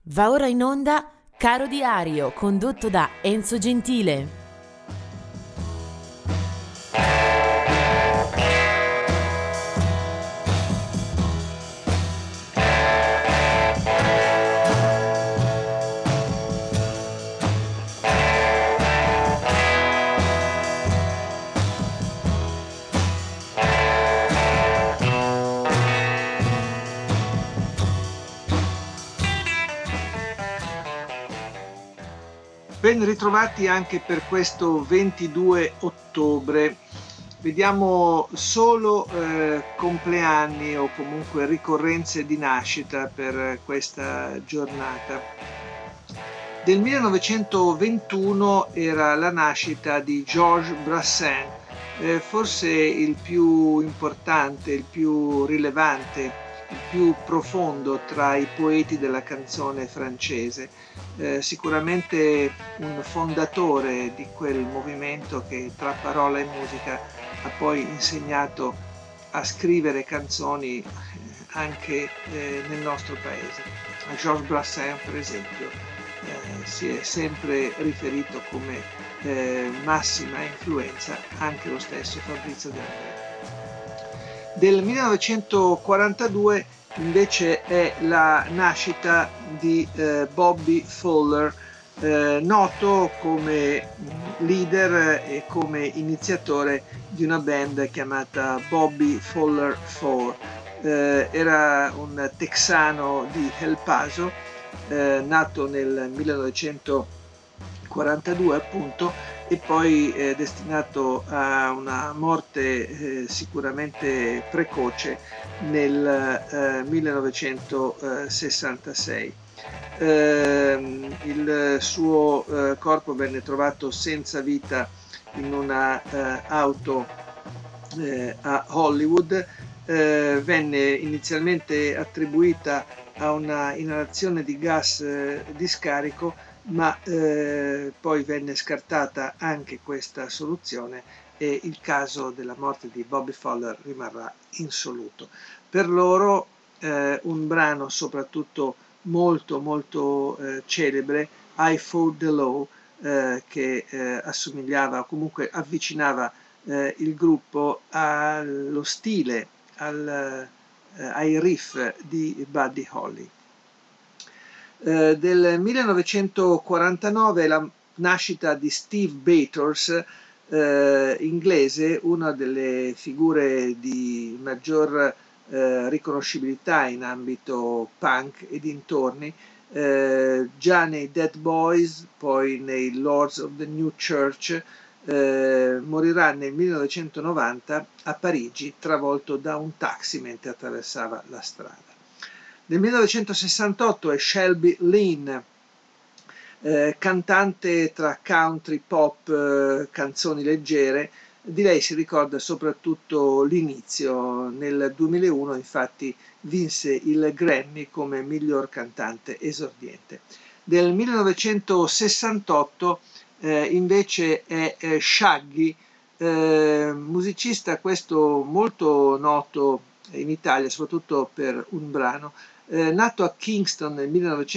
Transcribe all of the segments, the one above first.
Va ora in onda Caro Diario, condotto da Enzo Gentile. Ben ritrovati anche per questo 22 ottobre. Vediamo solo compleanni o comunque ricorrenze di nascita per questa giornata. Del 1921 era la nascita di Georges Brassens, forse il più importante, il più rilevante, il più profondo tra i poeti della canzone francese. Sicuramente un fondatore di quel movimento che tra parola e musica ha poi insegnato a scrivere canzoni anche nel nostro paese. A Georges Brassens, per esempio, si è sempre riferito come massima influenza anche lo stesso Fabrizio De André. Del 1942 invece è la nascita di Bobby Fuller, noto come leader e come iniziatore di una band chiamata Bobby Fuller 4. Era un texano di El Paso, nato nel 1942 appunto, e poi destinato a una morte sicuramente precoce nel 1966. Il suo corpo venne trovato senza vita in una auto a Hollywood. Venne inizialmente attribuita a una inalazione di gas di scarico, ma poi venne scartata anche questa soluzione e il caso della morte di Bobby Fuller rimarrà insoluto. Per loro un brano soprattutto molto celebre, I Fought the Law, che assomigliava o comunque avvicinava il gruppo allo stile, ai riff di Buddy Holly. Del 1949 la nascita di Steve Bators, inglese, una delle figure di maggior riconoscibilità in ambito punk e dintorni, già nei Dead Boys, poi nei Lords of the New Church. Morirà nel 1990 a Parigi, travolto da un taxi mentre attraversava la strada. Nel 1968 è Shelby Lynne, cantante tra country, pop, canzoni leggere. Di lei si ricorda soprattutto l'inizio. Nel 2001 infatti vinse il Grammy come miglior cantante esordiente. Del 1968 invece è Shaggy, musicista questo molto noto in Italia, soprattutto per un brano. Nato a Kingston nel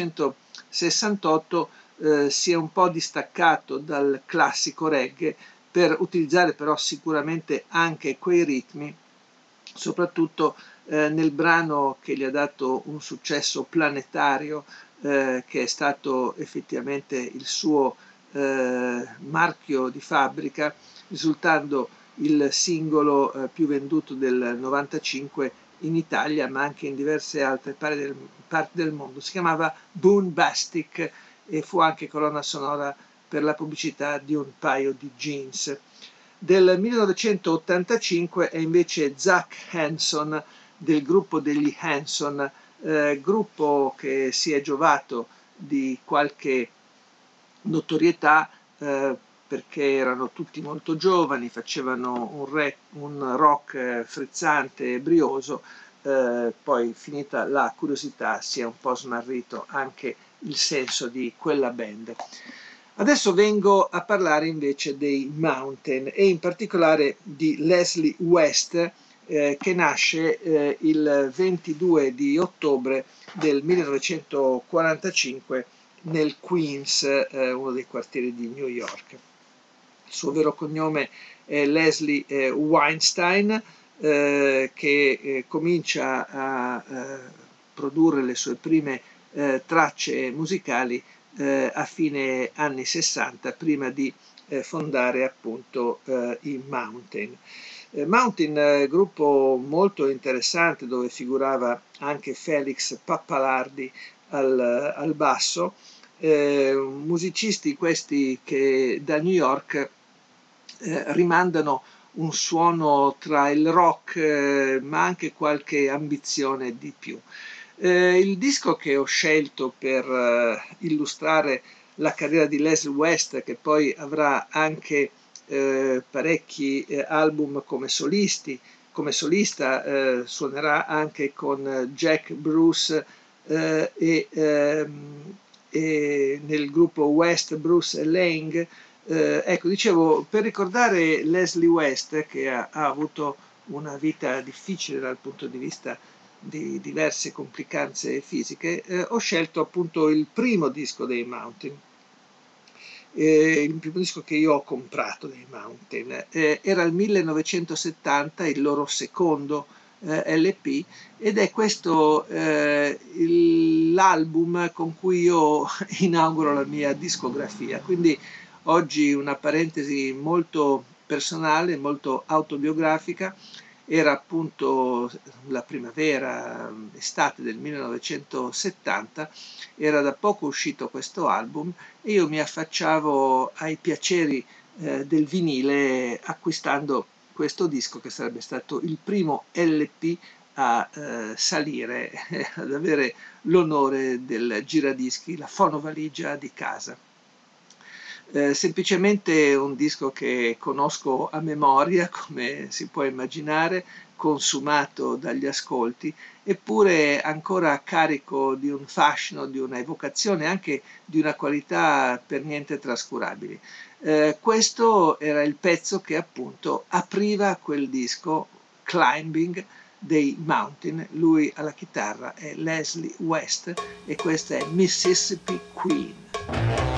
1968, si è un po' distaccato dal classico reggae per utilizzare però sicuramente anche quei ritmi, soprattutto nel brano che gli ha dato un successo planetario, che è stato effettivamente il suo marchio di fabbrica, risultando il singolo più venduto del 95 in Italia, ma anche in diverse altre parti del mondo. Si chiamava Boombastic e fu anche colonna sonora per la pubblicità di un paio di jeans. Del 1985 è invece Zach Hanson del gruppo degli Hanson, gruppo che si è giovato di qualche notorietà perché erano tutti molto giovani, facevano un rock frizzante e brioso, poi finita la curiosità si è un po' smarrito anche il senso di quella band. Adesso vengo a parlare invece dei Mountain e in particolare di Leslie West, che nasce il 22 di ottobre del 1945 nel Queens, uno dei quartieri di New York. Il suo vero cognome è Leslie Weinstein, che comincia a produrre le sue prime tracce musicali a fine anni 60, prima di fondare appunto i Mountain. Mountain, gruppo molto interessante dove figurava anche Felix Pappalardi al basso, musicisti questi che da New York rimandano un suono tra il rock ma anche qualche ambizione di più. Il disco che ho scelto per illustrare la carriera di Leslie West, che poi avrà anche parecchi album come solista, suonerà anche con Jack Bruce e nel gruppo West, Bruce e Lang. Ecco, dicevo, per ricordare Leslie West, che ha avuto una vita difficile dal punto di vista di diverse complicanze fisiche, ho scelto appunto il primo disco dei Mountain. Il primo disco che io ho comprato dei Mountain era il 1970, il loro secondo LP, ed è questo l'album con cui io inauguro la mia discografia. Quindi oggi una parentesi molto personale, molto autobiografica. Era appunto la primavera, estate del 1970, era da poco uscito questo album e io mi affacciavo ai piaceri del vinile acquistando questo disco, che sarebbe stato il primo LP a salire, ad avere l'onore del giradischi, la fonovaligia di casa. Semplicemente un disco che conosco a memoria, come si può immaginare, consumato dagli ascolti, eppure ancora carico di un fascino, di una evocazione, anche di una qualità per niente trascurabili. Questo era il pezzo che appunto apriva quel disco, Climbing, dei Mountain. Lui alla chitarra è Leslie West e questa è Mississippi Queen.